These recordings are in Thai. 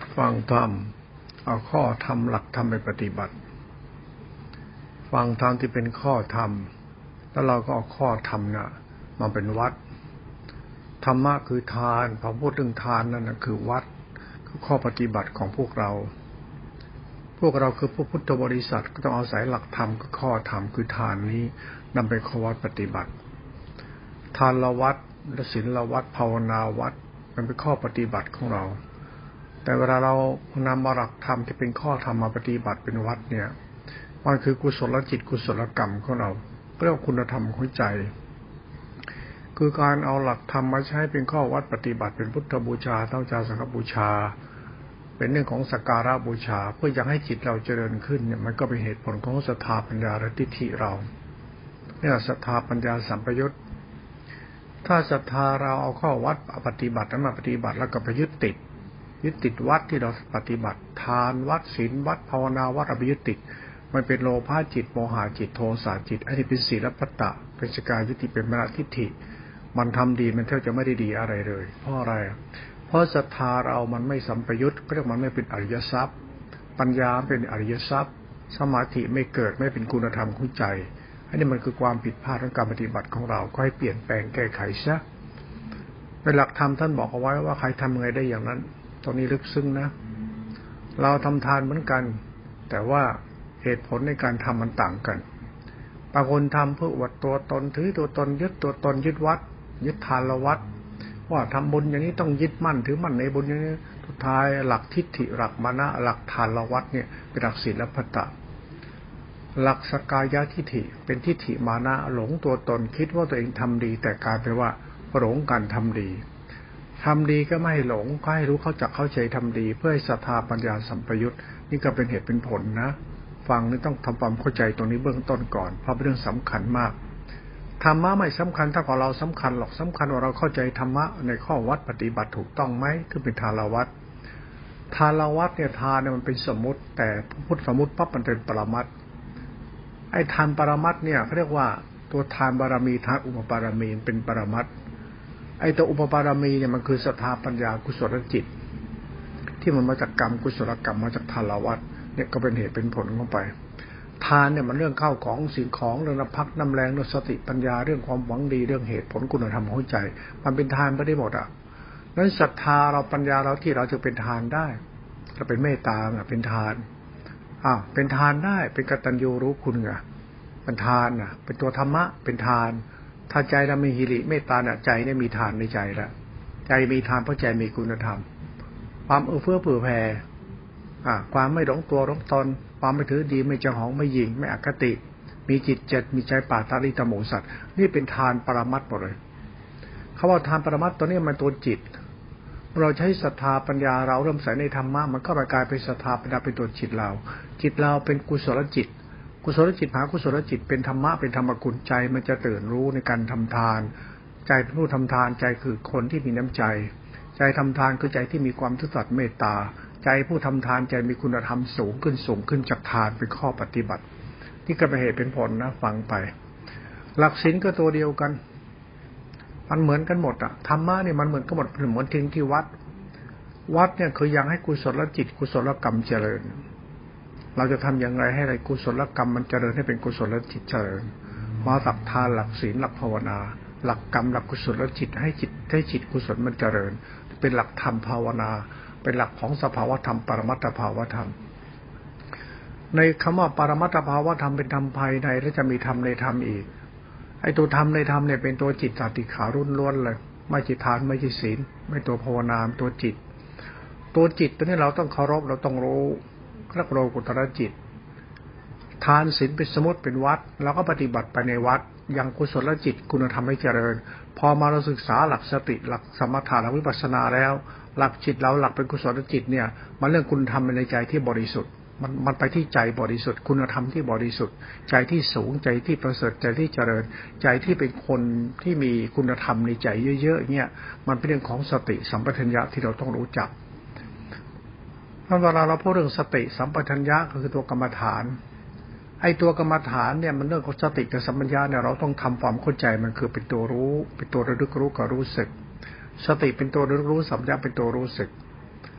ฟังธรรมเอาข้อธรรมหลักธรรมไปปฏิบัติฟังธรรมที่เป็นข้อธรรมแล้วเราก็เอาข้อธรรมน่ะมาเป็นวัดธรรมะคือทานพอพูดถึงทานนั่นน่ะคือวัดคือข้อปฏิบัติของพวกเราคือผู้พุทธบริษัทก็ต้องอาศัยหลักธรรมคือข้อธรรมคือทานนี้นำไปข้อวัดปฏิบัติทานละวัดและศีลละวัดภาวนาวัดมันเป็นข้อปฏิบัติของเราแต่เวลาเรานำหลักธรรมที่เป็นข้อธรรมมาปฏิบัติเป็นวัดเนี่ยมันคือกุศลจิตกุศลกรรมของเราเรียกว่าคุณธรรมของใจคือการเอาหลักธรรมมาใช้เป็นข้อวัดปฏิบัติเป็นพุทธบูชาธรรมสังฆบูชาเป็นเรื่องของสักการะบูชาเพื่ออยากให้จิตเราเจริญขึ้นเนี่ยมันก็เป็นเหตุผลของศรัทธาปัญญาและทิฏฐิเราเนี่ยศรัทธาปัญญาสัมปยุตถ้าศรัทธาเราเอาข้อวัดปฏิบัตินั้นมาปฏิบัติแล้วก็ไปยึดติดวัดที่เราปฏิบัติทานวัดศีลวัดภาวนาวัดอภิยึดติดมันเป็นโลภะจิตโมหะจิตโทสะจิตอันนี้เป็นศีลปัตตะเป็นสกายทิฏฐิเป็นมรรคทิฏฐิมันทำดีมันแทบจะไม่ได้ดีอะไรเลยเพราะอะไรเพราะศรัทธาเรามันไม่สัมปยุตเรียกมันไม่เป็นอริยทรัพย์ปัญญาเป็นอริยทรัพย์สมาธิไม่เกิดไม่เป็นคุณธรรมของใจอันนี้มันคือความผิดพลาดของการปฏิบัติของเราก็ให้เปลี่ยนแปลงแก้ไขซะเป็นหลักธรรมท่านบอกเอาไว้ว่าใครทำยังไงได้อย่างนั้นตรงนี้ลึกซึ้งนะเราทำทานเหมือนกันแต่ว่าเหตุผลในการทำมันต่างกันบางคนทำเพื่ออวดตัวตนถือตัวตนยึดตัวตนยึดวัดยึดทานละวัดว่าทำบุญอย่างนี้ต้องยึดมั่นถือมั่นในบุญอย่างนี้สุดท้ายหลักทิฏฐิหลักมานะหลักทานละวัดเนี่ยเป็นหลักศีลปัตตะหลักสกายทิฏฐิเป็นทิฏฐิมานะหลงตัวตนคิดว่าตัวเองทำดีแต่กลายเป็นว่าหลงการทำดีก็ไม่ให้หลงก็ให้รู้เข้าจักเข้าใจทำดีเพื่อให้ศรัทธาปัญญาสัมปยุตนี่ก็เป็นเหตุเป็นผลนะฟังนี่ต้องทำความเข้าใจตรงนี้เบื้องต้นก่อนเพราะเป็นเรื่องสำคัญมากธรรมะไม่สำคัญเท่ากับเราสำคัญหรอกสำคัญว่าเราเข้าใจธรรมะในข้อวัดปฏิบัติถูกต้องไหมคือเป็นทานละวัดเนี่ยทานเนี่ยมันเป็นสมมุติแต่พุทธสมมุติปั๊บมันเป็นปรมัตถ์ไอ้ทานปรมัตถ์เนี่ยเขาเรียกว่าตัวทานบารมีทานอุปบารมีเป็นปรมัตถ์ไอ้ตัวอุปบารมีเนี่ยมันคือศรัทธาปัญญากุศลจิตที่มันมาจากกรรมกุศลกรรมมาจากทานละวัดเนี่ยก็เป็นเหตุเป็นผลเข้าไปทานเนี่ยมันเรื่องข้าวของสิ่งของเรื่องน้ำพักน้ำแรงเรื่องสติปัญญาเรื่องความหวังดีเรื่องเหตุผลคุณธรรมของใจมันเป็นทานไม่ได้หมดอ่ะนั้นศรัทธาเราปัญญาเราที่เราจะเป็นทานได้เราเป็นเมตตาเป็นทานเป็นทานได้เป็นกตัญญูรู้คุณไงเป็นทานน่ะเป็นตัวธรรมะเป็นทานถ้าใจเรามีหิริเมตตาเนี่ยใจเนี่ยมีทานในใจแล้วใจมีทานเพราะใจมีคุณธรรมความเอื้อเผื่อแผ่ความไม่หลงตัวหลงตนความไม่ถือดีไม่จองหองไม่หยิ่งไม่อคติมีจิตเจ็ดมีใจปราตาริตโมสัตว์นี่เป็นทานปรมัตถ์หมดเลยเขาว่าทานปรมัตถ์ตัวนี้มันตัวจิตเราใช้ศรัทธาปัญญาเราเริ่มใส่ในธรรมะมันก็กลายเป็นศรัทธาปัญญาเป็นตัวจิตเราเป็นกุศลจิตมหากุศลจิตเป็นธรรมะเป็นธรรมกุลใจมันจะตื่นรู้ในการทำทานใจเป็นผู้ทำทานใจคือคนที่มีน้ำใจทำทานคือใจที่มีความซื่อสัตย์เมตตาใจผู้ทำทานใจมีคุณธรรมสูงขึ้นจากทานเป็นข้อปฏิบัตินี่ก็เป็นเหตุเป็นผลนะฟังไปหลักศีลก็ตัวเดียวกันมันเหมือนกันหมดอ่ะธรรมะเนี่ยมันเหมือนกันหมดเหมือนทิ้งที่วัดเนี่ยคือยังให้กุศลจิตกุศลกรรมเจริญเราจะทำอย่างไรให้อะไรกุศลกรรมมันเจริญให้เป็นกุศลจิตเจริญมาหลักทานหลักศีลหลักภาวนาหลักกรรมหลักกุศลจิตให้จิตกุศลมันเจริญเป็นหลักธรรมภาวนาเป็นหลักของสภาวธรรมปรมัตถภาวธรรมในคำว่าปรมัตถภาวธรรมเป็นธรรมภายในและจะมีธรรมในธรรมอีกไอ้ตัวธรรมในธรรมเนี่ยเป็นตัวจิตสัตติขารุ่นล้วนเลยไม่ใช่ทานไม่ใช่ศีลไม่ตัวภาวนาตัวจิตตัวนี้เราต้องเคารพเราต้องรู้รักโลกุตระจิตทานศีลเป็นสมมติเป็นวัดเราก็ปฏิบัติไปในวัดยังกุศลจิตคุณธรรมให้เจริญพอมาเราศึกษาหลักสติหลักสมถะหลักวิปัสสนาแล้วหลักจิตเราหลักเป็นกุศลจิตเนี่ยมันเรื่องคุณธรรมในใจที่บริสุทธิ์มันไปที่ใจบริสุทธิ์คุณธรรมที่บริสุทธิ์ใจที่สูงใจที่ประเสริฐใจที่เจริญใจที่เป็นคนที่มีคุณธรรมในใจเยอะๆเนี่ยมันเป็นเรื่องของสติสัมปชัญญะที่เราต้องรู้จักเวลาเราพูดเรื่องสติสัมปชัญญะก็คือตัวกรรมฐานไอ้ตัวกรรมฐานเนี่ยมันเรื่องของสติกับสัมปชัญญะเนี่ยเราต้องทำความเข้าใจมันคือเป็นตัวรู้เป็นตัวระลึกรู้กับรู้สึกสติเป็นตัวระลึกรู้สัมปชัญญะเป็นตัวรู้สึก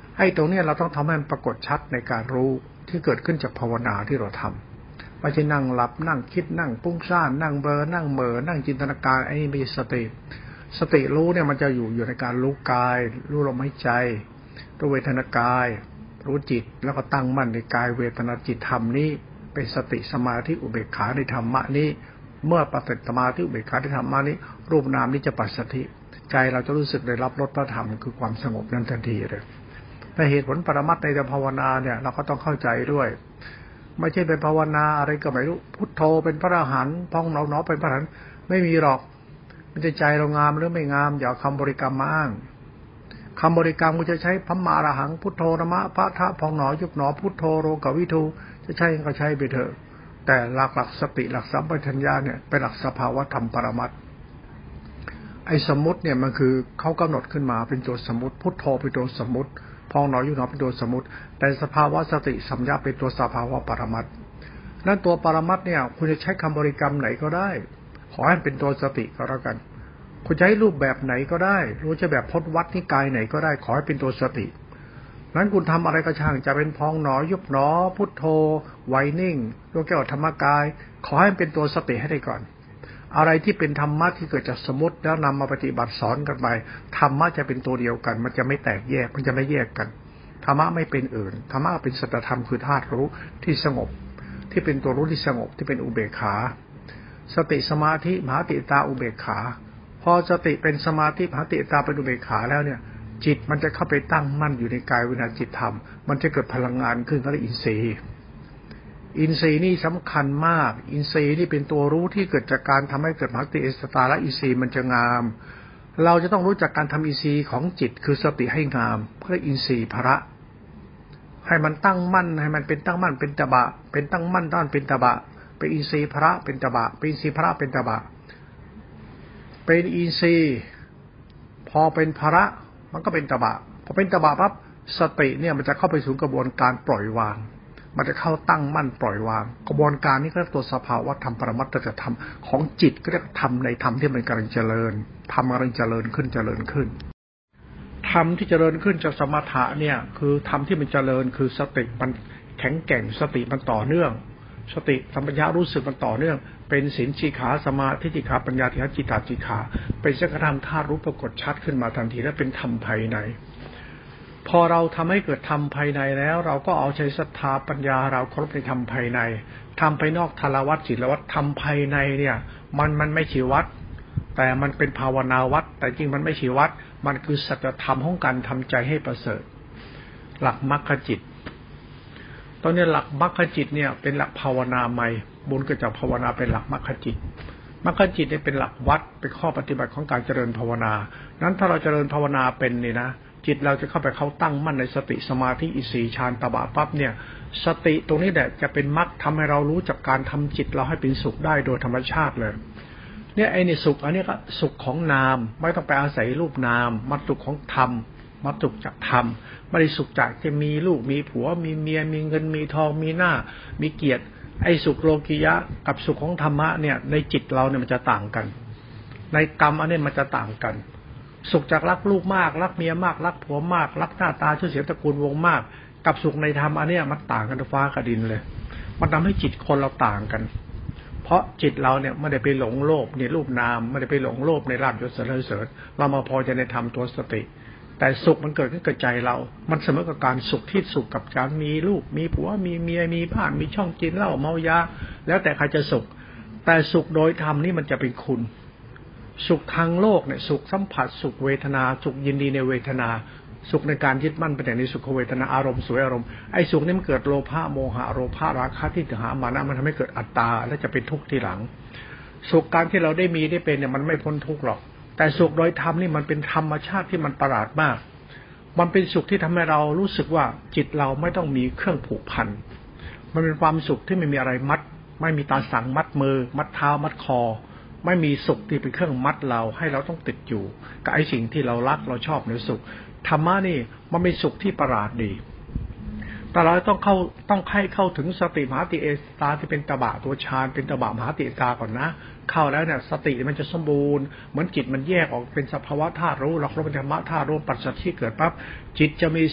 ไอ้ตรงนี้เราต้องทำให้มันปรากฏชัดในการรู้ที่เกิดขึ้นจากภาวนาที่เราทำไม่ใช่นั่งหลับนั่งคิดนั่งปุ้งซ่านนั่งเบลอนั่งเหม่อนั่งจินตนาการไอ้นี่ไม่ใช่สติรู้เนี่ยมันจะอยู่ในการรู้กายรู้ลมหายใจรู้เวทนากายรู้จิตแล้วก็ตั้งมั่นในกายเวทนาจิตธรรมนี้เป็นสติสมาธิอุเบกขาในธรรมะนี้เมื่อประสบสมาธิอุเบกขาในธรรมะนี้รูปนามนี้จะปัสสัทธิใจเราจะรู้สึกได้รับรสพระธรรมคือความสงบนั้นทันทีเลยแต่เหตุผลปรมัตถ์ในการภาวนาเนี่ยเราก็ต้องเข้าใจด้วยไม่ใช่เป็นภาวนาอะไรก็ไม่รู้พุทโธเป็นพระอรหันต์พองหนอเป็นพระอรหันต์ไม่มีหรอกมันจะใจเรางามหรือไม่งามอย่าคำบริกรรมมาอ้างคำบริกรรมกูจะใช้พัมมาอรหังพุทโธนะมะพระทะพองหนอยุบหนอพุทโธโรกวิทูจะใช่ก็ใช้ไปเถอะแต่หลักสติหลักสัมปชัญญะเนี่ยเป็นหลักสภาวะธรรมปรมัตถ์ไอ้สมมุติเนี่ยมันคือเขากำหนดขึ้นมาเป็นตัวสมมุติพุทโธเป็นตัวสมมุติพองหนอยุบหนอเป็นตัวสมมุติแต่สภาวะสติสัมยาเป็นตัวสภาวะปรมัตถ์นั้นตัวปรมัตถ์เนี่ยคุณจะใช้คำบริกรรมไหนก็ได้ขอให้เป็นตัวสติก็แล้วกันคุณจะให้รูปแบบไหนก็ได้รู้จะแบบพจน์วัดนิกายไหนก็ได้ขอให้เป็นตัวสตินั้นคุณทำอะไรก็ช่างจะเป็นพองหนอยุบหนอพุทโธไวนิ่งดวงแก้วธรรมกายขอให้เป็นตัวสติให้ได้ก่อนอะไรที่เป็นธรรมะที่เกิดจากสมมติแล้วนำมาปฏิบัติสอนกันไปธรรมะจะเป็นตัวเดียวกันมันจะไม่แตกแยกมันจะไม่แยกกันธรรมะไม่เป็นอื่นธรรมะเป็นสัจธรรมคือธาตุรู้ที่สงบที่เป็นตัวรู้ที่สงบที่เป็นอุเบกขาสติสมาธิมหาติตาอุเบกขาพอสติเป็นสมาธิมหาติตาเป็นอุเบกขาแล้วเนี่ยจิตมันจะเข้าไปตั้งมั่นอยู่ในกายวิญญาณจิตธรรมมันจะเกิดพลังงานขึ้นก็เรียกอินทรีย์นี่สำคัญมากอินทรีย์นี่เป็นตัวรู้ที่เกิดจากการทำให้เกิดมหาติเอสตาและอินทรีย์มันจะงามเราจะต้องรู้จักการทำอินทรีย์ของจิตคือสติให้งามเพื่ออินทรีย์พระให้มันตั้งมั่นให้มันเป็นตั้งมั่นเป็นตบะเป็นตั้งมั่นด้านเป็นตบะเป็นอินทรีย์พระเป็นตบะเป็นอินทรีย์พระเป็นตบะเป็นอินทรีย์พอเป็นพระมันก็เป็นตบะพอเป็นตบะปั๊บสติเนี่ยมันจะเข้าไปสู่กระบวนการปล่อยวางมันจะเข้าตั้งมั่นปล่อยวางกระบวนการนี้ก็เรียกตัวสภาวะธรรมปรมัตถธรรมของจิตก็เรียกธรรมในธรรมที่มันกำลังเจริญธรรมกำลังเจริญขึ้นธรรมที่เจริญขึ้นจากสมถะเนี่ยคือธรรมที่มันเจริญคือสติมันแข็งแกร่งสติมันต่อเนื่องสติสัมปชัญญะรู้สึกมันต่อเนื่องเป็นศีลสิกขาสมาธิสิกขาปัญญาสิกขาจิตตสิกขาเป็นสังฆธรรมธาตุรู้ปรากฏชัดขึ้นมาทันทีและเป็นธรรมภายในพอเราทำให้เกิดธรรมภายในแล้วเราก็เอาใช้ศรัทธาปัญญาเราเคารพในธรรมภายในธรรมภายนอกทารวัฏศีลวัฏธรรมภายในเนี่ยมันไม่ชีวัดแต่มันเป็นภาวนาวัดแต่จริงมันไม่ชีวัดมันคือสัจธรรมของการทำใจให้ประเสริฐหลักมรรคจิตตอนนี้หลักมรรคจิตเนี่ยเป็นหลักภาวนาใหม่บุญก็จะภาวนาเป็นหลักมรรคจิตมรรคจิตเนี่ยเป็นหลักวัดเป็นข้อปฏิบัติของการเจริญภาวนานั้นถ้าเราเจริญภาวนาเป็นนี่นะจิตเราจะเข้าไปเข้าตั้งมั่นในสติสมาธิอินทรีย์ฌานตบะปั๊บเนี่ยสติตรงนี้แหละจะเป็นมรรคทำให้เรารู้จักการทำจิตเราให้เป็นสุขได้โดยธรรมชาติเลยเนี่ยไอ้นี่สุขอันนี้ก็สุขของนามไม่ต้องไปอาศัยรูปนามมัตสุขของธรรมมัตสุขจากธรรมไม่ได้สุขจากจะมีลูกมีผัวมีเมียมีเงินมีทองมีหน้ามีเกียรติไอ้สุขโลกิยะกับสุขของธรรมะเนี่ยในจิตเราเนี่ยมันจะต่างกันในกรรมอันนี้มันจะต่างกันสุขจากรักลูกมากรักเมียมากรักผัวมากรักหน้าตาชื่อเสียงตระกูลวงมากกับสุขในธรรมอันนี้มันต่างกันฟ้ากับดินเลยมันทำให้จิตคนเราต่างกันเพราะจิตเราเนี่ยไม่ได้ไปหลงโลภในรูปนามไม่ได้ไปหลงโลภในลาภยศสรรเสริญเรามาพอจะในธรรมตัวสติแต่สุขมันเกิดขึ้นกับใจเรามันเสมอกับการสุขที่สุขกับการมีลูกมีผัวมีเมียมีบ้านมีช่องกินเหล้าเมายาแล้วแต่ใครจะสุขแต่สุขโดยธรรมนี่มันจะเป็นคุณสุขทางโลกเนี่ยสุขสัมผัสสุขเวทนาสุขยินดีในเวทนาสุขในการยึดมั่นเป็นอย่างในสุขเวทนาอารมณ์สวยอารมณ์ไอ้สุขนี่มันเกิดโลภะโมหะโลภะราคะที่หามานะมันทำให้เกิดอัตตาและจะเป็นทุกข์ทีหลังสุขการที่เราได้มีได้เป็นเนี่ยมันไม่พ้นทุกข์หรอกแต่สุขโดยธรรมนี่มันเป็นธรรมชาติที่มันประหลาดมากมันเป็นสุขที่ทำให้เรารู้สึกว่าจิตเราไม่ต้องมีเครื่องผูกพันมันเป็นความสุขที่ไม่มีอะไรมัดไม่มีตาสังมัดมือมัดเท้ามัดคอไม่มีสุขที่เป็นเครื่องมัดเราให้เราต้องติดอยู่กับไอ้สิ่งที่เรารักเราชอบในสุขธรรมะนี่มันเป็นสุขที่ประหลาดดีแต่เราต้องให้เข้าถึงสติมหาติเอตาที่เป็นตบะตัวฌานเป็นตบะมหาติเอตาก่อนนะเข้าแล้วเนี่ยสติมันจะสมบูรณ์เหมือนจิตมันแยกออกเป็นสภาวะธาตุรู้หลักรู้เป็นธรรมะธาตุรู้ปัจจัยที่เกิดปั๊บจิตจะมีสุข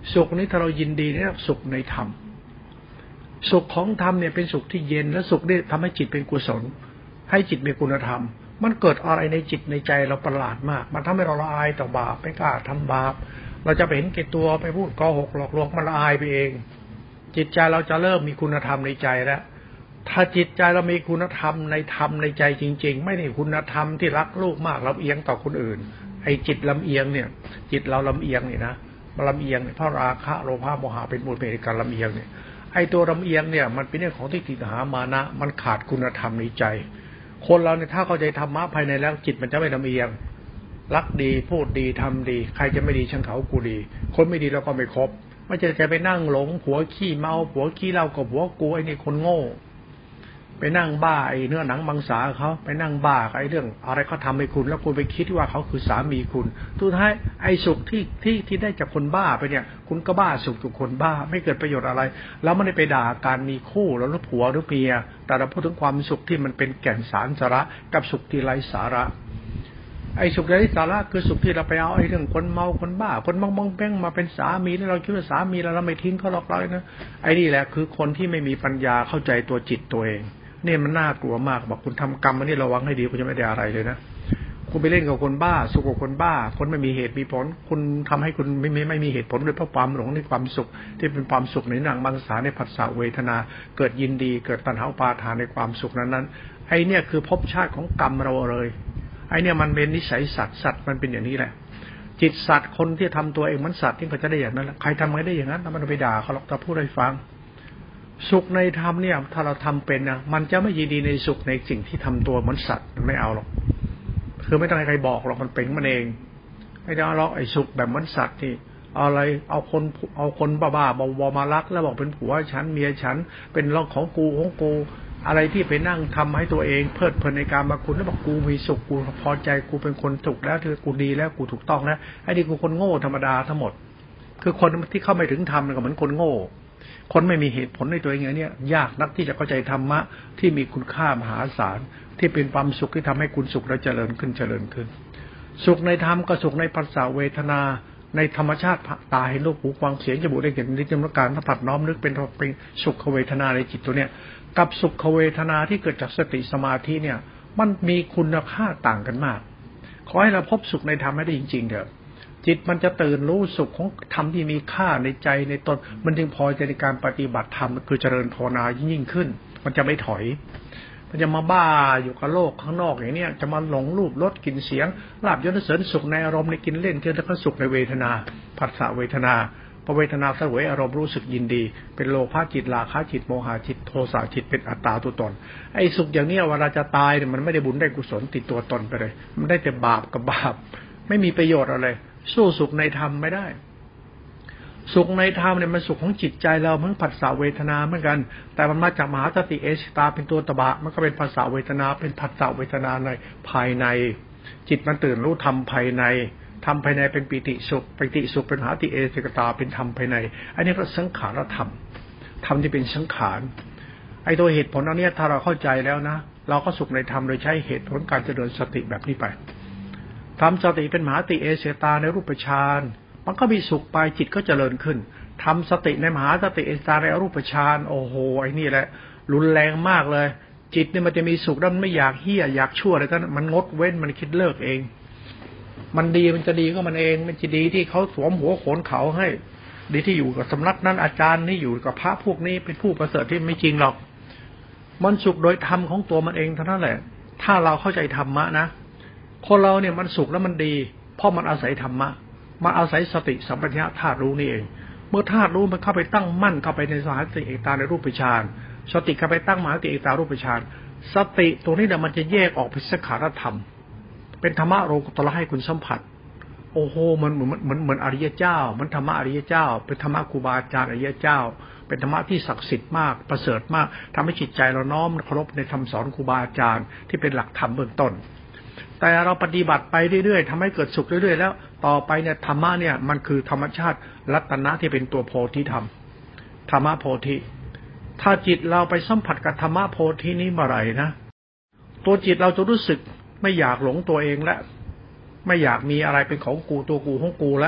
สุขนี้ถ้าเรายินดีเนี่ยสุขในธรรมสุขของธรรมเนี่ยเป็นสุขที่เย็นและสุขนี่ทำให้จิตเป็นกุศลให้จิตมีคุณธรรมมันเกิดอะไรในจิตในใจเราประหลาดมากมันทำให้เราละอายต่อบาปไม่กล้าทำบาปเราจะไปเห็นแก่ตัวไปพูดโกหกหลอกลวงมันละอายไปเองจิตใจเราจะเริ่มมีคุณธรรมในใจแล้วถ้าจิตใจเรามีคุณธรรมในใจจริงๆไม่ได้คุณธรรมที่รักลูกมากลำเอียงต่อคนอื่นไอ้จิตลำเอียงเนี่ยจิตเราลำเอียงนี่นะลำเอียงเนี่ยเพราะราคะโลภะโมหะเป็นมูลเป็นการลำเอียงเนี่ยไอ้ตัวลำเอียงเนี่ยมันเป็นเรื่องของทิฏฐิหามานะมันขาดคุณธรรมในใจคนเราเนี่ยถ้าเข้าใจธรรมะภายในแล้วจิตมันจะไม่ลำเอียงรักดีพูดดีทำดีใครจะไม่ดีช่างเขากูดีคนไม่ดีเราก็ไม่คบไม่จะไปนั่งหลงผัวขี้เมาผัวขี้เหล้ากับผัวกูไอ้นี่คนโง่ไปนั่งบ้าไอ้เนื้อหนังมังสาเขาไปนั่งบ้าไอ้เรื่องอะไรเขาทำให้คุณแล้วคุณไปคิดว่าเขาคือสามีคุณสุดท้ายไอ้สุขที่ได้จากคนบ้าไปเนี่ยคุณก็บ้าสุขจากคนบ้าไม่เกิดประโยชน์อะไรแล้วไม่ได้ไปด่าการมีคู่แล้วผัวหรือเมียแต่เราพูดถึงความสุขที่มันเป็นแก่นสารสาระกับสุขที่ไร้สาระไอ้สุขไร้สาระคือสุขที่เราไปเอาไอ้เรื่องคนเมาคนบ้าคนมองเป้งมาเป็นสามีแล้วเราคิดว่าสามีเราไม่ทิ้งเขาหรอกเลยนะไอ้นี่แหละคือคนที่ไม่มีปัญญาเข้าใจตัวจิตตัวเองเนี่ยมันน่ากลัวมากบอกคุณทำกรรมอันนี้ระวังให้ดีคุณจะไม่ได้อะไรเลยนะคุณไปเล่นกับคนบ้าสุขกับคนบ้าคนไม่มีเหตุมีผลคุณทำให้คุณไม่มีเหตุผลด้วยเพราะความหลงในความสุขที่เป็นความสุขในหนังมังสาในผัสสะเวทนาเกิดยินดีเกิดตัณหาอุปาทานในความสุขนั้นไอ้เนี่ยคือภพชาติของกรรมเราเลยไอ้เนี่ยมันเป็นนิสัยสัตว์มันเป็นอย่างนี้แหละจิตสัตว์คนที่ทำตัวเองมันสัตว์ที่เขาจะได้อย่างนั้นใครทำไม่ได้อย่างนั้นมันไปด่าเขาหรอกแต่พูดให้ฟังสุขในธรรมเนี่ยถ้าเราทำเป็นนะมันจะไม่ยินดีในสุขในสิ่งที่ทำตัวเหมือนสัตว์มันไม่เอาหรอกคือไม่ต้องให้ใครบอกหรอกมันเป็นมันเองไม่ต้องหรอกไอ้สุขแบบเหมือนสัตว์ที่อะไรเอาคนบ้าๆบอมารักแล้วบอกเป็นผัวฉันเมียฉันเป็นเรื่องของกูอะไรที่ไปนั่งทำให้ตัวเองเพลิดเพลินในการมาคุณแล้วบอกกูมีสุขกูพอใจกูเป็นคนสุขแล้วเธอกูดีแล้วกูถูกต้องแล้วไอ้นี่กูคนโง่ธรรมดาทั้งหมดคือคนที่เข้าไม่ถึงธรรมก็เหมือนคนโง่คนไม่มีเหตุผลในตัวเองอย่างนี้ยากนักที่จะเข้าใจธรรมะที่มีคุณค่ามหาศาลที่เป็นความสุขที่ทำให้คุณสุขและเจริญขึ้นสุขในธรรมก็สุขในภาษาเวทนาในธรรมชาติตาเห็นรูปหูฟังเสียงจมูกได้กลิ่นลิ้นรสกายสัมผัสน้อมนึกเป็นสุขเวทนาในจิตตัวเนี้ยกับสุขเวทนาที่เกิดจากสติสมาธิเนี่ยมันมีคุณค่าต่างกันมากขอให้เราพบสุขในธรรมให้ได้จริงๆเถอะจิตมันจะตื่นรู้สุขของธรรมที่มีค่าในใจในตนมันจึงพอใจในการปฏิบัติธรรมคือเจริญภาวนายิ่งขึ้นมันจะไม่ถอยมันจะมาบ้าอยู่กับโลกข้างนอกอย่างนี้จะมาหลงรูปรสกลิ่นเสียงลาภยศเสริญสุขในอารมณ์ในกินเล่นเที่ยวแล้วก็สุขในเวทนาผัสสะเวทนาพอเวทนาเสวยอารมณ์รู้สึกยินดีเป็นโลภะจิตราคะจิตโมหะจิตโทสะจิตเป็นอัตตาตัวตนไอ้สุขอย่างนี้เวลาจะตายเนี่ยมันไม่ได้บุญได้กุศลติดตัวตนไปเลยมันได้แต่บาปกับบาปไม่มีประโยชน์อะไรสู้สุขในธรรมไม่ได้สุขในธรรมเนี่ยมันสุขของจิตใจเราเหมือนผัสสะเวทนาเหมือนกันแต่มันมาจากมหาสติเอชตาเป็นตัวตบะมันก็เป็นผัสสะเวทนาเป็นผัสสะเวทนาในภายในจิตมันตื่นรู้ธรรมภายในธรรมภายในเป็นปิติสุขเป็นมหาติเอชตาเป็นธรรมภายในอันนี้ก็สังขารธรรมธรรมที่เป็นสังขารไอ้ตัวเหตุผลอันนี้ถ้าเราเข้าใจแล้วนะเราก็สุขในธรรมโดยใช้เหตุผลการเจริญสติแบบนี้ไปทำสติเป็นมหาติเอเสตาในรูปฌานมันก็มีสุขไปจิตก็เจริญขึ้นทำสติในมหาสติเอเสตาในรูปฌานโอ้โหไอ้นี่แหละรุนแรงมากเลยจิตเนี่ยมันจะมีสุขแล้วมันไม่อยากเหี้ยอยากชั่วอะไรกันมันงดเว้นมันคิดเลิกเองมันดีมันจะดีก็มันเองมันจะดีที่เขาสวมหัวโขนเขาให้ดีที่อยู่กับสำนักนั้นอาจารย์นี่อยู่กับพระพวกนี้เป็นผู้ประเสริฐที่ไม่จริงหรอกมันสุขโดยธรรมของตัวมันเองเท่านั้นแหละถ้าเราเข้าใจธรรมะนะคนเราเนี่ยมันสุขแล้วมันดีเพราะมันอาศัยธรรมะมาอาศัยสติสัมปชัญญะธาตุรู้นี่เองเมื่อธาตุรู้มันเข้าไปตั้งมั่นเข้าไปในมหาสติเอกตาในรูปฌานสติเข้าไปตั้งมหาสติเอกตารูปฌานสติตัวนี้เนี่ยมันจะแยกออกเป็นสังขารธรรมเป็นธรรมะโลกุตระให้คุณสัมผัสโอ้โหมันเหมือนอริยเจ้ามันธรรมะอริยเจ้าเป็นธรรมะครูบาอาจารย์อริยเจ้าเป็นธรรมะที่ศักดิ์สิทธิ์มากประเสริฐมากทำให้จิตใจเราน้อมเคารพในคำสอนครูบาอาจารย์ที่เป็นหลักธรรมเบื้องต้นแต่เราปฏิบัติไปเรื่อยๆทำให้เกิดสุขเรื่อยๆแล้วต่อไปเนี่ยธรรมะเนี่ยมันคือธรรมชาติรัตนะที่เป็นตัวโพธิธรรมธรรมะโพธิถ้าจิตเราไปสัมผัสกับธรรมะโพธินี้เมื่อไหร่นะตัวจิตเราจะรู้สึกไม่อยากหลงตัวเองและไม่อยากมีอะไรเป็นของกูตัวกูของกูแล้ว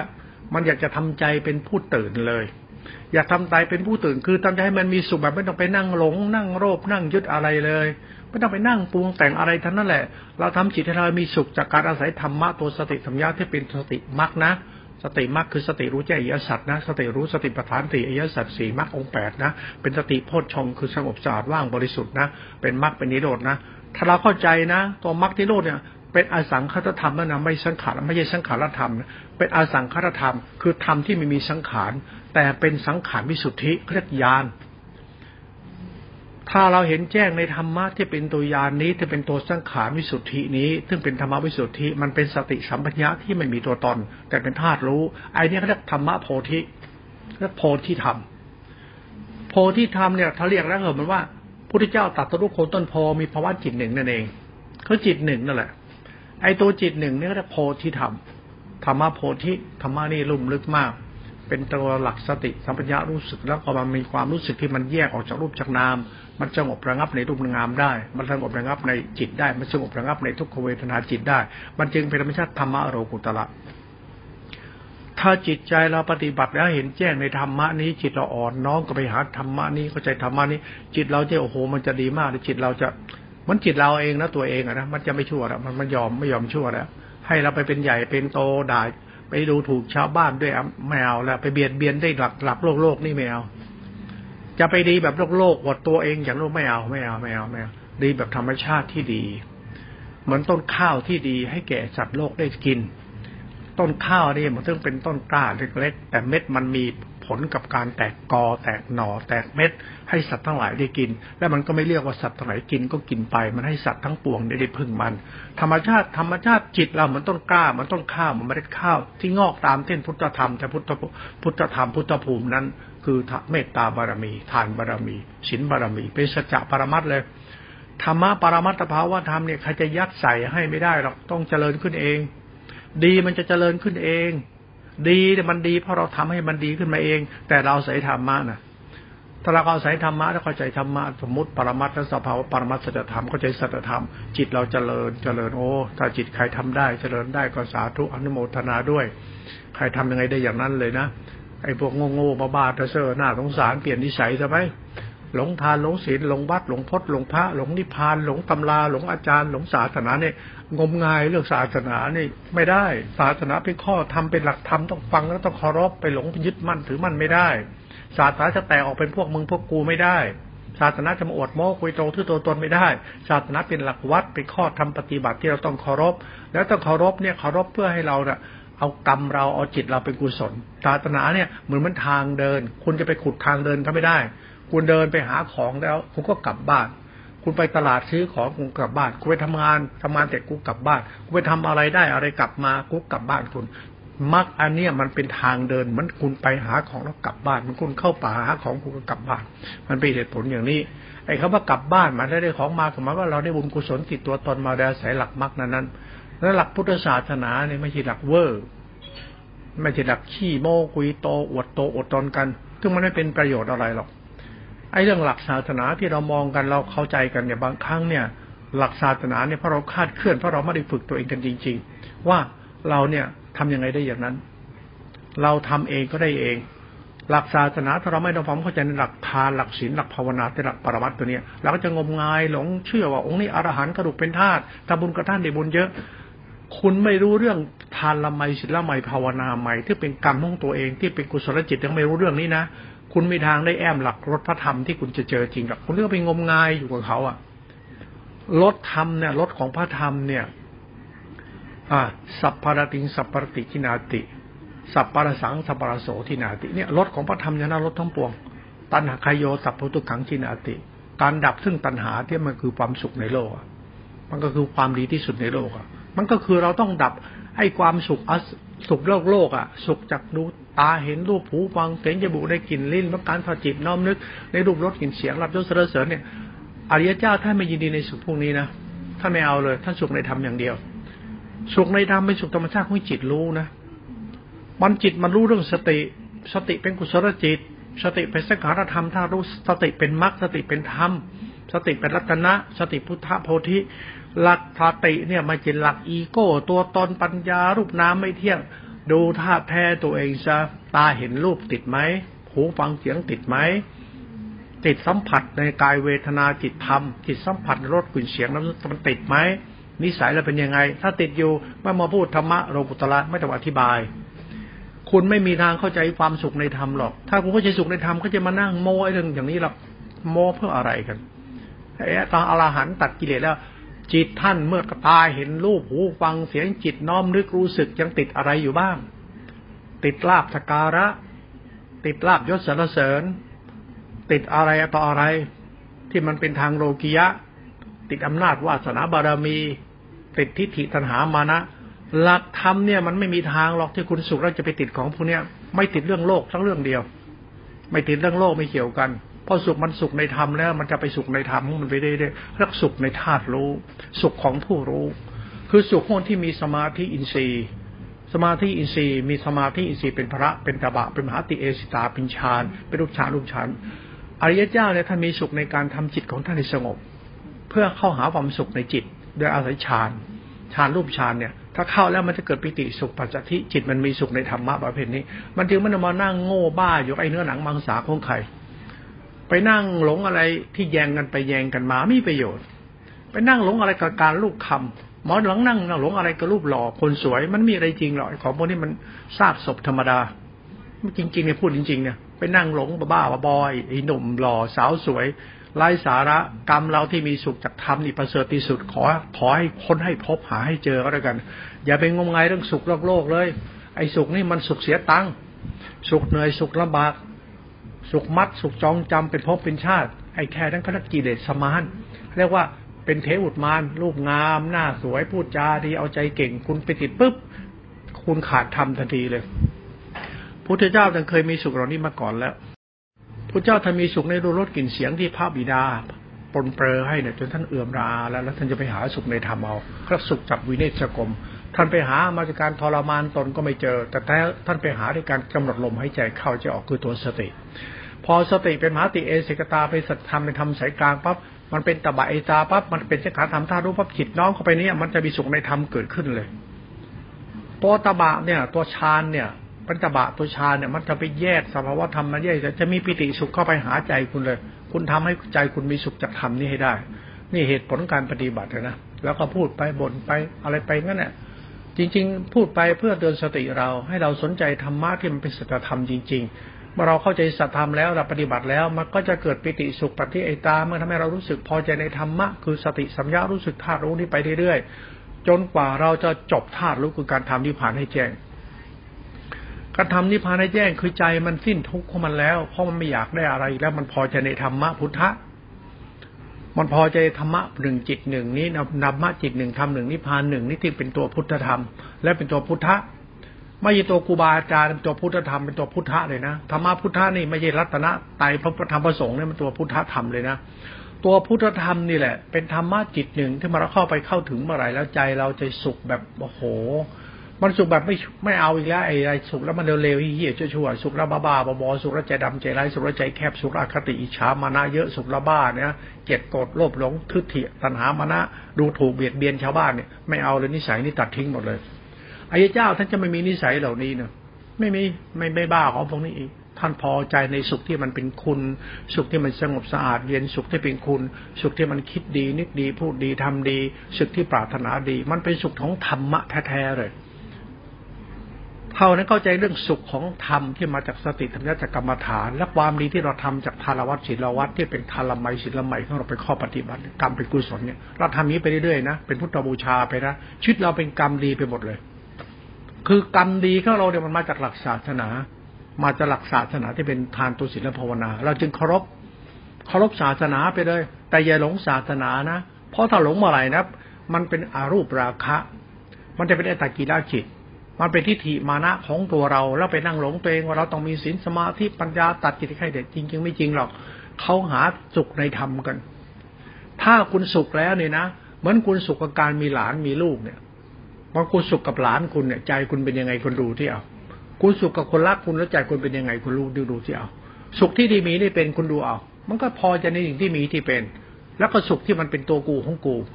มันอยากจะทำใจเป็นผู้ตื่นเลยอยากทำใจเป็นผู้ตื่นคือทำใจให้มันมีสุขแบบไม่ต้องไปนั่งหลงนั่งโลภนั่งยึดอะไรเลยไม่ต้องไปนั่งปรุงแต่งอะไรทั้งนั้นแหละเราทำจิตให้เรามีสุขจากการอาศัยธรรมะตัวสติสัมยาที่เป็นสติมรรคนะสติมรรคคือสติรู้แจ้งอริยสัจนะสติรู้สติปัฏฐานสี่อริยสัจสี่มรรคองค์แปดนะเป็นสติโพชฌงค์คือสงบสะอาดว่างบริสุทธิ์นะเป็นมรรคเป็นนิโรธนะถ้าเราเข้าใจนะตัวมรรคนิโรธเนี่ยเป็นอสังขตธรรมนั่นนะไม่สังขารไม่ใช่สังขารธรรมเป็นอสังขตธรรมคือธรรมที่ไม่มีสังขารแต่เป็นสังขารวิสุทธิเรียกญาณถ้าเราเห็นแจ้งในธรรมะที่เป็นตัวญาณนี้ที่เป็นตัวสังขารวิสุทธินี้ซึ่งเป็นธรรมวิสุทธิมันเป็นสติสัมปชัญญะที่ไม่มีตัวตนแต่เป็นธาตุรู้ไอ้นี่เขาเรียกธรรมะโพธิเรียกโพธิธรรมโพธิธรรมเนี่ยเขาเรียกแล้วเหรอมันว่าพุทธเจ้าตรัสรู้โคนต้นโพมีภาวะจิตหนึ่งนั่นเองคือจิตหนึ่งนั่นแหละไอ้ตัวจิตหนึ่งนี่ก็เรียกโพธิธรรมธรรมะโพธิธรรมะนี่ลุ่มลึกมากเป็นตัวหลักสติสัมปชัญญะรู้สึกแล้วก็มันมีความรู้สึกที่มันแยกออกจากรูปจากนามมันสงบระงับในรูปนามได้มันสงบระงับในจิตได้มันสงบระงับในทุกขเวทนาจิตได้มันจึงเป็นธรรมชาติธรรมะโลกุตระถ้าจิตใจเราปฏิบัติแล้วเห็นแจ้งในธรรมะนี้จิตเราอ่อนน้อมก็ไปหาธรรมะนี้เข้าใจธรรมะนี้จิตเราจะโอ้โหมันจะดีมากเลยจิตเราจะมันจิตเราเองนะตัวเองอะนะมันจะไม่ชั่วแล้วมันไม่ยอมชั่วแล้วให้เราไปเป็นใหญ่เป็นโตด่าไปดูถูกชาวบ้านด้วยไม่เอาแล้วไปเบียดเบียนได้หลักโลกนี่ไม่เอาจะไปดีแบบโลกอวดตัวเองอย่างโลกไม่เอาดีแบบธรรมชาติที่ดีเหมือนต้นข้าวที่ดีให้แก่สัตว์โลกได้กินต้นข้าวนี่มันต้องเป็นต้นกล้าเล็กๆแต่เม็ดมันมีผลกับการแตกกอแตกหน่อแตกเม็ดให้สัตว์ทั้งหลายได้กินและมันก็ไม่เรียกว่าสัตว์ทั้งหลายกินก็กินไปมันให้สัตว์ทั้งปวงได้พึ่งมันธรรมชาติจิตเราเหมือนต้นกล้ามันต้นข้าวมันเมล็ดข้าวที่งอกตามเส้นพุทธธรรมแต่พุทธธรรมพุทธภูมินั้นคือเมตตาบารมีทานบารมีศีลบารมีเป็นสัจจะปรมัตถ์เลยธรรมะปรมัตถภาวะธรรมเนี่ยใครจะยัดใส่ให้ไม่ได้หรอกต้องเจริญขึ้นเองดีมันจะเจริญขึ้นเองดีเนี่ยมันดีเพราะเราทำให้มันดีขึ้นมาเองแต่เราใส่ธรรมะนะถ้าเราเอาใส่ธรรมะแล้วเข้าใจธรรมะสมมุติปรมัตถสภาวะปรมัตถสัจธรรมเข้าใจสัจธรรมจิตเราเจริญโอ้ถ้าจิตใครทำได้เจริญได้ก็สาธุอนุโมทนาด้วยใครทำยังไงได้อย่างนั้นเลยนะไอ้พวกโง่บ้าๆเซ่อหน้าสงสารเปลี่ยนนิสัยซะไหมหลงทานหลงศีลหลงวัดหลงพจน์หลงพระหลงนิพพานหลงตำราหลงอาจารย์หลงศาสนาเนี่ยงมงายเรื่องศาสนานี่ไม่ได้ศาสนาเป็นข้อธรรมเป็นหลักธรรมต้องฟังแล้วต้องเคารพไปหลงยึดมั่นถือมั่นไม่ได้ศาสนาจะแตกออกเป็นพวกมึงพวกกูไม่ได้ศาสนาจะมาอวดโม้คุยโตทื่อตัวตนไม่ได้ศาสนาเป็นหลักวัดเป็นข้อธรรมปฏิบัติที่เราต้องเคารพแล้วต้องเคารพเนี่ยเคารพเพื่อให้เราเนี่ยเอากรรมเราเอาจิตเราเป็นกุศลศาสนาเนี่ยเหมือนมันทางเดินคุณจะไปขุดทางเดินก็ไม่ได้คุณเดินไปหาของแล้วคุณก็กลับบ้านคุณไปตลาดซื้อของคุณกลับบ้านคุณไปทำงานเสร็จคุณกลับบ้านคุณไปทำอะไรได้อะไรกลับมาคุณกลับบ้านคุณมรรคอันเนี้ยมันเป็นทางเดินมันคุณไปหาของแล้วกลับบ้านมันคุณเข้าป่าหาของคุณก็กลับบ้านมันเป็นเหตุผลอย่างนี้ไอ้คำว่ากลับบ้านมันได้ของมาหมายว่าเราได้บุญกุศลติดตัวตนมาได้อาศัยหลักมรรคนั้นแล้วหลักพุทธศาสนาเนี่ยไม่ใช่หลักเวอร์ไม่ใช่หลักขี้โม้คุยโตอวดตนกันซึ่งมันไม่เป็นประโยชน์อะไรหรอกไอ้เรื่องหลักศาสนาที่เรามองกันเราเข้าใจกันเนี่ยบางครั้งเนี่ยหลักศาสนาเนี่ยเพราะเราคาดเคลื่อนเพราะเราไม่ได้ฝึกตัวเองกันจริงๆว่าเราเนี่ยทำยังไงได้อย่างนั้นเราทำเองก็ได้เองหลักศาสนาถ้าเราไม่ทำความเข้าใจในหลักทานหลักศีลหลักภาวนาในหลักปรมัตถ์ตัวนี้เราก็จะงมงายหลงเชื่อว่าองค์นี้อรหันต์กระดูกเป็นธาตุทำบุญกับท่านได้บุญเยอะคุณไม่รู้เรื่องทานละไมศีลละไมภาวนาไมที่เป็นกรรมของตัวเองที่เป็นกุศลจิตยังไม่รู้เรื่องนี้นะคุณมีทางได้แอมหลักรสพระธรรมที่คุณจะเจอจริงหรอกคุณเลือกไปงมงายอยู่กับเขาอะรสธรรมเนี่ยรสของพระธรรมเนี่ยสัพพารติงสัพพารติทินาติสัพพารสังสัพพารโสทินาติเนี่ยรสของพระธรรมเนี่ยนะรสทั้งปวงตัณหาคายโยสัพพุทุขังทินาติการดับซึ่งตัณหาที่มันคือความสุขในโลกมันก็คือความดีที่สุดในโลกมันก็คือเราต้องดับไอ้ความสุขโลกสุขจากดูตาเห็นรูปหูฟังเสียงจมูกได้กลิ่นลิ้นและการพอจิตน้อมนึกในรูปรสกลิ่นเสียงรับยศสรรเสริญเนี่ยอริยเจ้าท่านไม่ยินดีในสุขพวกนี้นะท่านไม่เอาเลยท่านสุขในธรรมอย่างเดียวสุขในธรรมเป็นสุขธรรมชาติของจิตรู้นะมันจิตมันรู้เรื่องสติเป็นกุศลจิตสติเป็นสังขารธรรมถ้ารู้สติเป็นมรรคสติเป็นธรรมสติเป็นรัตนะสติพุทธโพธิหลักสติเนี่ยไม่ใช่หลักอีโก้ตัวตนปัญญารูปนามไม่เที่ยงดูธาตุแท้ตัวเองซะตาเห็นรูปติดไหมหูฟังเสียงติดไหมจิตสัมผัสในกายเวทนาจิตธรรมจิตสัมผัสรสกลิ่นเสียงนั้นมันติดไหมนิสัยเราเป็นยังไงถ้าติดอยู่ไม่มาพูดธรรมะโลกุตระไม่ต้องอธิบายคุณไม่มีทางเข้าใจความสุขในธรรมหรอกถ้าคุณเข้าใจสุขในธรรมก็จะมานั่งโม้เรื่องอย่างนี้หรอกโม้เพื่ออะไรกันตอนอรหันต์ตัดกิเลสแล้วจิตท่านเมื่อตาเห็นรูปหูฟังเสียงจิตน้อมนึกรู้สึกยังติดอะไรอยู่บ้างติดลาภสักการะติดลาภยศสรรเสริญติดอะไรต่ออะไรที่มันเป็นทางโลกิยะติดอำนาจวาสนาบารมีติดทิฏฐิตัณหามานะหลักธรรมเนี่ยมันไม่มีทางหรอกที่คุณสุขแล้วจะไปติดของพวกนี้ไม่ติดเรื่องโลกทั้งเรื่องเดียวไม่ติดเรื่องโลกไม่เกี่ยวกันเพราะสุขมันสุขในธรรมแล้วมันจะไปสุขในธรรมมันไปได้เรียกสุขในธาตุรู้สุขของผู้รู้คือสุขคนที่มีสมาธิอินทรีย์สมาธิอินทรีย์มีสมาธิอินทรีย์เป็นพระเป็นตบะเป็นมหาติเอสิตาเป็นฌานเป็นรูปฌานอริยเจ้าเนี่ยท่านมีสุขในการทำจิตของท่านให้สงบเพื่อเข้าหาความสุขในจิตโดยอาศัยฌานรูปฌานเนี่ยถ้าเข้าแล้วมันจะเกิดปิติสุขปัจจทิจิตมันมีสุขในธรรมะประเภทนี้มันจึงไม่ต้องมานั่งโง่บ้าอยู่ไอ้เนื้อหนังมังสาของใครไปนั่งหลงอะไรที่แย่งกันไปแย่งกันมาไม่มีประโยชน์ไปนั่งหลงอะไรกับการลูกคำหมอหลังนั่งหลงอะไรกับรูปหล่อคนสวยมันมีอะไรจริงหรอของพวกนี้มันซากศพธรรมดาจริงๆเนี่ยพูดจริงๆเนี่ยไปนั่งหลงบ้าบอยไอ้หนุ่มหล่อสาวสวยไร้สาระกรรมเราที่มีสุขจากธรรมนี่ประเสริฐที่สุดขอให้ค้นให้พบหาให้เจอก็แล้วกันอย่าไปงมงายเรื่องสุขโลกเลยไอ้สุขนี่มันสุขเสียตังค์สุขเหนื่อยสุขลำบากสุขมัดสุขจองจำเป็นภพเป็นชาติไอ้แค่นั้นก็นักกิเลสสมานเรียกว่าเป็นเทวุตมารรูปงามหน้าสวยพูดจาดีเอาใจเก่งคุณไปติดปุ๊บคุณขาดธรรมทันทีเลยพุทธเจ้าท่านเคยมีสุขเหล่านี้มาก่อนแล้วพุทธเจ้าท่านมีสุขในรูปรสกลิ่นเสียงที่พระบิดาปนเปื้อให้เนี่ยจนท่านเอื่อมราแล้วท่านจะไปหาสุขในธรรมเอาก็สุขจากวิเนศกรมท่านไปหามาจากการทรมานตนก็ไม่เจอแต่ท่านไปหาด้วยการกำหนดลมหายใจเข้าใจออกคือตัวสติพอสติเป็นมหาติเอสิกตาเป็นสัจธรรมเป็นธรรมสายกลางปั๊บมันเป็นตบะเอตาปั๊บมันเป็นสังขารธรรมธาตุรู้ปั๊บจิตน้อมเข้าไปเนี่ยมันจะมีสุขในธรรมเกิดขึ้นเลยตัวตบะเนี่ยตัวฌานเนี่ยปัญจบะตัวฌานเนี่ยมันจะไปแยกสภาวะธรรมมันแยกจะมีปิติสุขเข้าไปหาใจคุณเลยคุณทำให้ใจคุณมีสุขจากธรรมนี้ให้ได้นี่เหตุผลการปฏิบัตินะแล้วก็พูดไปบ่นไปอะไรไปงั้นแหละจริงๆพูดไปเพื่อเตือนสติเราให้เราสนใจธรรมะที่มันเป็นสัจธรรมจริงๆเมื่อเราเข้าใจสัจธรรมแล้วเราปฏิบัติแล้วมันก็จะเกิดปิติสุขปัฏฐิเอตาเมื่อทำให้เรารู้สึกพอใจในธรรมะคือสติสัมยารู้สึกธาตุรู้นี้ไปเรื่อยๆจนกว่าเราจะจบธาตุรู้คือการทำนิพพานให้แจ้งการทำนิพพานให้แจ้งคือใจมันสิ้นทุกข์ของมันแล้วเพราะมันไม่อยากได้อะไรแล้วมันพอใจในธรรมะพุทธะมันพอใจธรรมะหนึ่งจิตหนึ่งนี้นามะจิตหนึ่งธรรมหนึ่งนิพพานหนึ่งนี่ที่เป็นตัวพุทธธรรมและเป็นตัวพุทธะไม่ใช่ตัวครูบาอาจารย์เป็นตัวพุทธธรรมเป็นตัวพุทธะเลยนะธรรมะพุทธะนี่ไม่ใช่รัตนะไตรพระธรรมประสงค์เนี่ยมันตัวพุทธธรรมเลยนะตัวพุทธธรรมนี่แหละเป็นธรรมะจิตหนึ่งที่เราเข้าถึงเมื่อไหร่แล้วใจเราจะสุขแบบโอ้โหมันสุขแบบไม่เอาอีกแล้วไอ้สุขแล้วมันเร็วๆเหี้ยชั่วๆสุขแล้วบ้าๆบอๆสุขแล้วใจดำใจร้ายสุขแล้วใจแคบสุขอคติอิจฉามานะเยอะสุขแล้วบ้าเนี่ยเกลียดโกรธโลภหลงทิฏฐิตัณหามานะดูถูกเบียดเบียนชาวบ้านเนี่ยไม่เอาเลยนิสัยนี่ตัดทิ้งหมดเลยอริยเจ้าท่านจะไม่มีนิสัยเหล่านี้เนอะไม่บ้าของพวกนี้อีกท่านพอใจในสุขที่มันเป็นคุณสุขที่มันสงบสะอาดเย็นสุขที่เป็นคุณสุขที่มันคิดดีนึกดีพูดดีทำดีสุขที่ปรารถนาดีมันเป็นสุขของธรรมะแท้ๆเลยเท่านั้นเข้าใจเรื่องสุขของธรรมที่มาจากสติธรรมจากกรรมฐานและความดีที่เราทำจากทานวัตศีลวัตที่เป็นทานละไมศีลละไมของเราเป็นข้อปฏิบัติกรรมเป็นกุศลเนี่ยเราทำนี้ไปเรื่อยๆนะเป็นพุทธบูชาไปนะชีวิตเราเป็นกรรมดีไปหมดเลยคือกรรมดีของเราเนี่ยมันมาจากหลักศาสนามาจากหลักศาสนาที่เป็นทานตุศีลภาวนาเราจึงเคารพศาสนาไปเลยแต่อย่าหลงศาสนานะเพราะถ้าหลงเมื่อไหร่นะมันเป็นอารูปราคะมันจะเป็นอัตตกิลจิตมันเป็นทิฏฐิมานะของตัวเราแล้วไปนั่งหลงตัวเองว่าเราต้องมีศีลสมาธิปัญญาตัดกิเลสให้เด็ดจริงๆไม่จริงหรอกเขาหาสุขในธรรมกันถ้าคุณสุขแล้วเนี่ยนะเหมือนคุณสุขกับการมีหลานมีลูกเนี่ยพอคุณสุขกับหลานคุณเนี่ยใจคุณเป็นยังไงคุณดูที่เอาคุณสุขกับคนรักคุณแล้วใจคุณเป็นยังไงคุณดูที่เอาสุขที่ดีมีนี่เป็นคุณดูเอามันก็พอจะในสิ่งที่มีที่เป็นแล้วก็สุขที่มันเป็นตัวกูของกู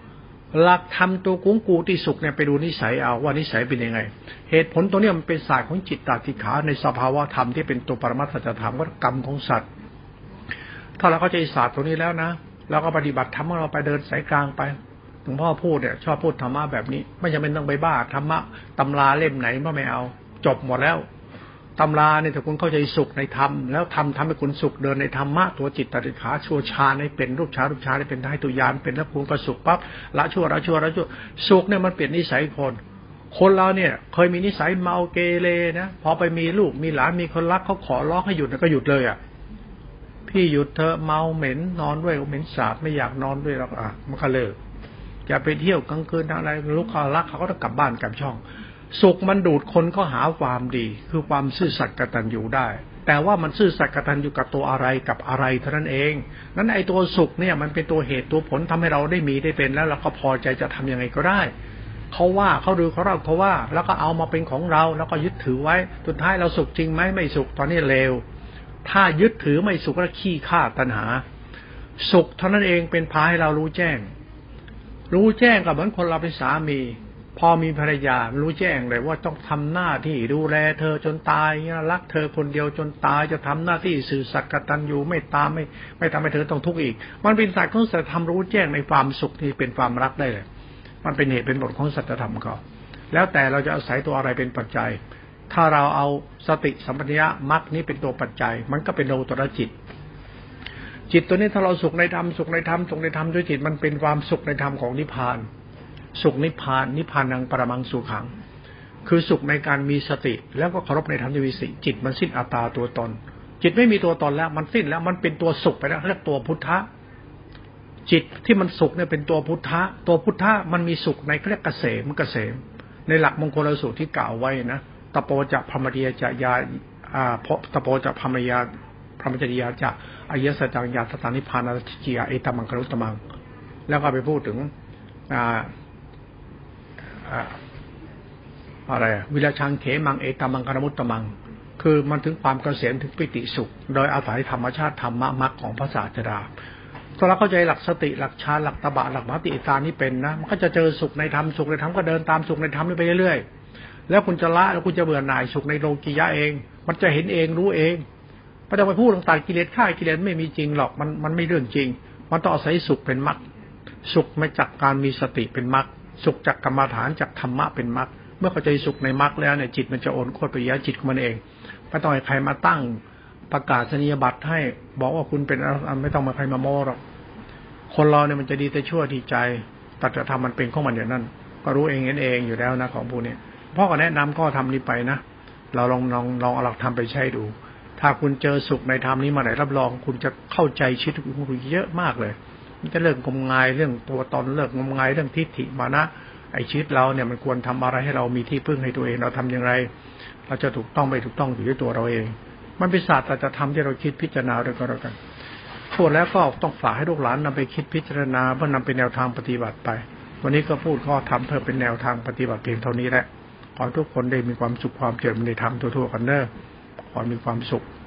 หลักธรรมตัวกุ้งกูที่สุขเนี่ยไปดูนิสัยเอาว่านิสัยเป็นยังไงเหตุผลตัวนี้มันเป็นศาสตร์ของจิตตติขาในสภาวะธรรมที่เป็นตัวปรมัตถสัจธรรมว่ากรรมของสัตว์ถ้าเราเข้าใจศาสตร์ตัวนี้แล้วนะเราก็ปฏิบัติธรรมของเราไปเดินสายกลางไปหลวงพ่อพูดเนี่ยชอบพูดธรรมะแบบนี้ไม่จำเป็นต้องไปบ้าธรรมะตำราเล่มไหนก็ไม่เอาจบหมดแล้วตำราเนี่ยถ้าคุณเข้าใจสุขในธรรมแล้วทำให้คุณสุขเดินในธรรมะตัวจิตตติขาชั่วฌานให้เป็นรูปฌานให้เป็นได้ตุญาณเป็นแล้วคุณก็สุขปั๊บละชั่วสุขเนี่ยมันเปลี่ยนนิสัยคนเราเนี่ยเคยมีนิสัยเมาเกเรนะพอไปมีลูกมีหลานมีคนรักเขาขอร้องให้หยุดก็หยุดเลยอ่ะพี่หยุดเธอเมาเหม็นนอนด้วยเหม็นสาบไม่อยากนอนด้วยแล้วมันก็เลิกจะไปเที่ยวกลางคืนอะไรลูกเขารักเขาก็ต้องกลับบ้านกลับช่องสุขมันดูดคนก็หาความดีคือความซื่อสัตย์กตัญญูได้แต่ว่ามันซื่อสัตย์กตัญญูกับตัวอะไรกับอะไรเท่านั้นเองนั้นไอ้ตัวสุขเนี่ยมันเป็นตัวเหตุตัวผลทำให้เราได้มีได้เป็นแล้วเราก็พอใจจะทำยังไงก็ได้เขาว่าเขาดูเขาเล่าเขาว่าแล้วก็เอามาเป็นของเราแล้วก็ยึดถือไว้สุดท้ายเราสุขจริงไหมไม่สุขตอนนี้เลวถ้ายึดถือไม่สุขก็ขี้ข้าตัณหาสุขเท่านั้นเองเป็นพาให้เรารู้แจ้งกับเหมือนคนเราเป็นสามีพอมีภรรยารู้แจ้งเลยว่าต้องทำหน้าที่ดูแลเธอจนตายรักเธอคนเดียวจนตายจะทำหน้าที่สื่อสัตย์กตัญญูไม่ตามไม่ทำให้เธอต้องทุกข์อีกมันเป็นศาสตร์ของสัจธรรมรู้แจ้งในความสุขที่เป็นความรักได้เลยมันเป็นเหตุเป็นผลของสัจธรรมเขาแล้วแต่เราจะอาศัยตัวอะไรเป็นปัจจัยถ้าเราเอาสติสัมปชัญญะมรรคนี้เป็นตัวปัจจัยมันก็เป็นโลตรจิตตัวนี้ถ้าเราสุขในธรรมด้วยจิตมันเป็นความสุขในธรรมของนิพพานสุขนิพพานังปรมังสุขังคือสุขในการมีสติแล้วก็เคารพในธรรมวิสิจิตมันสิ้นอัตตาตัวตนจิตไม่มีตัวตนแล้วมันสิ้นแล้วมันเป็นตัวสุขไปแล้วเรียกตัวพุทธะจิตที่มันสุขเนี่ยเป็นตัวพุทธะมันมีสุขในเรียกเกษมในหลักมงคลสูตรที่กล่าวไว้นะตโปจะพรหมดียจะยาตโปจะพรหมจริยาจะอายสจังยาสตานิพพานาทิจิยาเอตมังครุตตมังแล้วก็ไปพูดถึงอะไรวิราชังเขมังเอตมังคารมุตตมังคือมันถึงความเกษมถึงปิติสุขโดยอาศัยธรรมชาติธรรมะมรรคของพระศาสดาถ้าเราเข้าใจหลักสติหลักฌานหลักตบะหลักมหาติตานี่เป็นนะมันก็จะเจอสุขในธรรมก็เดินตามสุขในธรรมไปเรื่อยๆแล้วคุณจะละแล้วคุณจะเบื่อหน่ายสุขในโลกียะเองมันจะเห็นเองรู้เองไม่ต้องไปพูดต่างๆกิเลสฆ่ากิเลสไม่มีจริงหรอกมันไม่เรื่องจริงมันต้องอาศัยสุขเป็นมรรคสุขมาจากการมีสติเป็นมรรคสุขจากกรรมฐานจากธรรมะเป็นมรรคเมื่อเข้าใจสุขในมรรคแล้วเนี่ยจิตมันจะโอนโคตรไปยะจิตของมันเองไม่ต้องให้ใครมาตั้งประกาศนียบัตรให้บอกว่าคุณเป็นไม่ต้องมาใครมาโม้หรอกคนเราเนี่ยมันจะดีแต่ชั่วดีใจตัดจะทำมันเป็นของมันอย่างนั้นก็รู้เองเห็นเองอยู่แล้วนะของพวกนี้พ่อก็แนะนำก็ทำนี้ไปนะเราลองเอาหลักธรรมไปใช้ดูถ้าคุณเจอสุขในธรรมนี้มาไหนรับรองคุณจะเข้าใจชีวิตคุณเยอะมากเลยมันจะเลิกงมงายเรื่องตัวตนเลิกงมงายเรื่องทิฏฐิมานะไอ้ชีวิตเราเนี่ยมันควรทำอะไรให้เรามีที่พึ่งให้ตัวเองเราทำอย่างไรเราจะถูกต้องไม่ถูกต้องอยู่ที่ตัวเราเองมันเป็นศาสตร์แต่จะทำที่เราคิดพิจารณาด้วยก็แล้วกันพูดแล้วก็ต้องฝากให้ลูกหลานนำไปคิดพิจารณาเพื่อนำเป็นแนวทางปฏิบัติไปวันนี้ก็พูดข้อธรรมเพื่อเป็นแนวทางปฏิบัติเพียงเท่านี้แหละขอทุกคนได้มีความสุขความเจริญในธรรมทั่วๆกันเด้อขอมีความสุข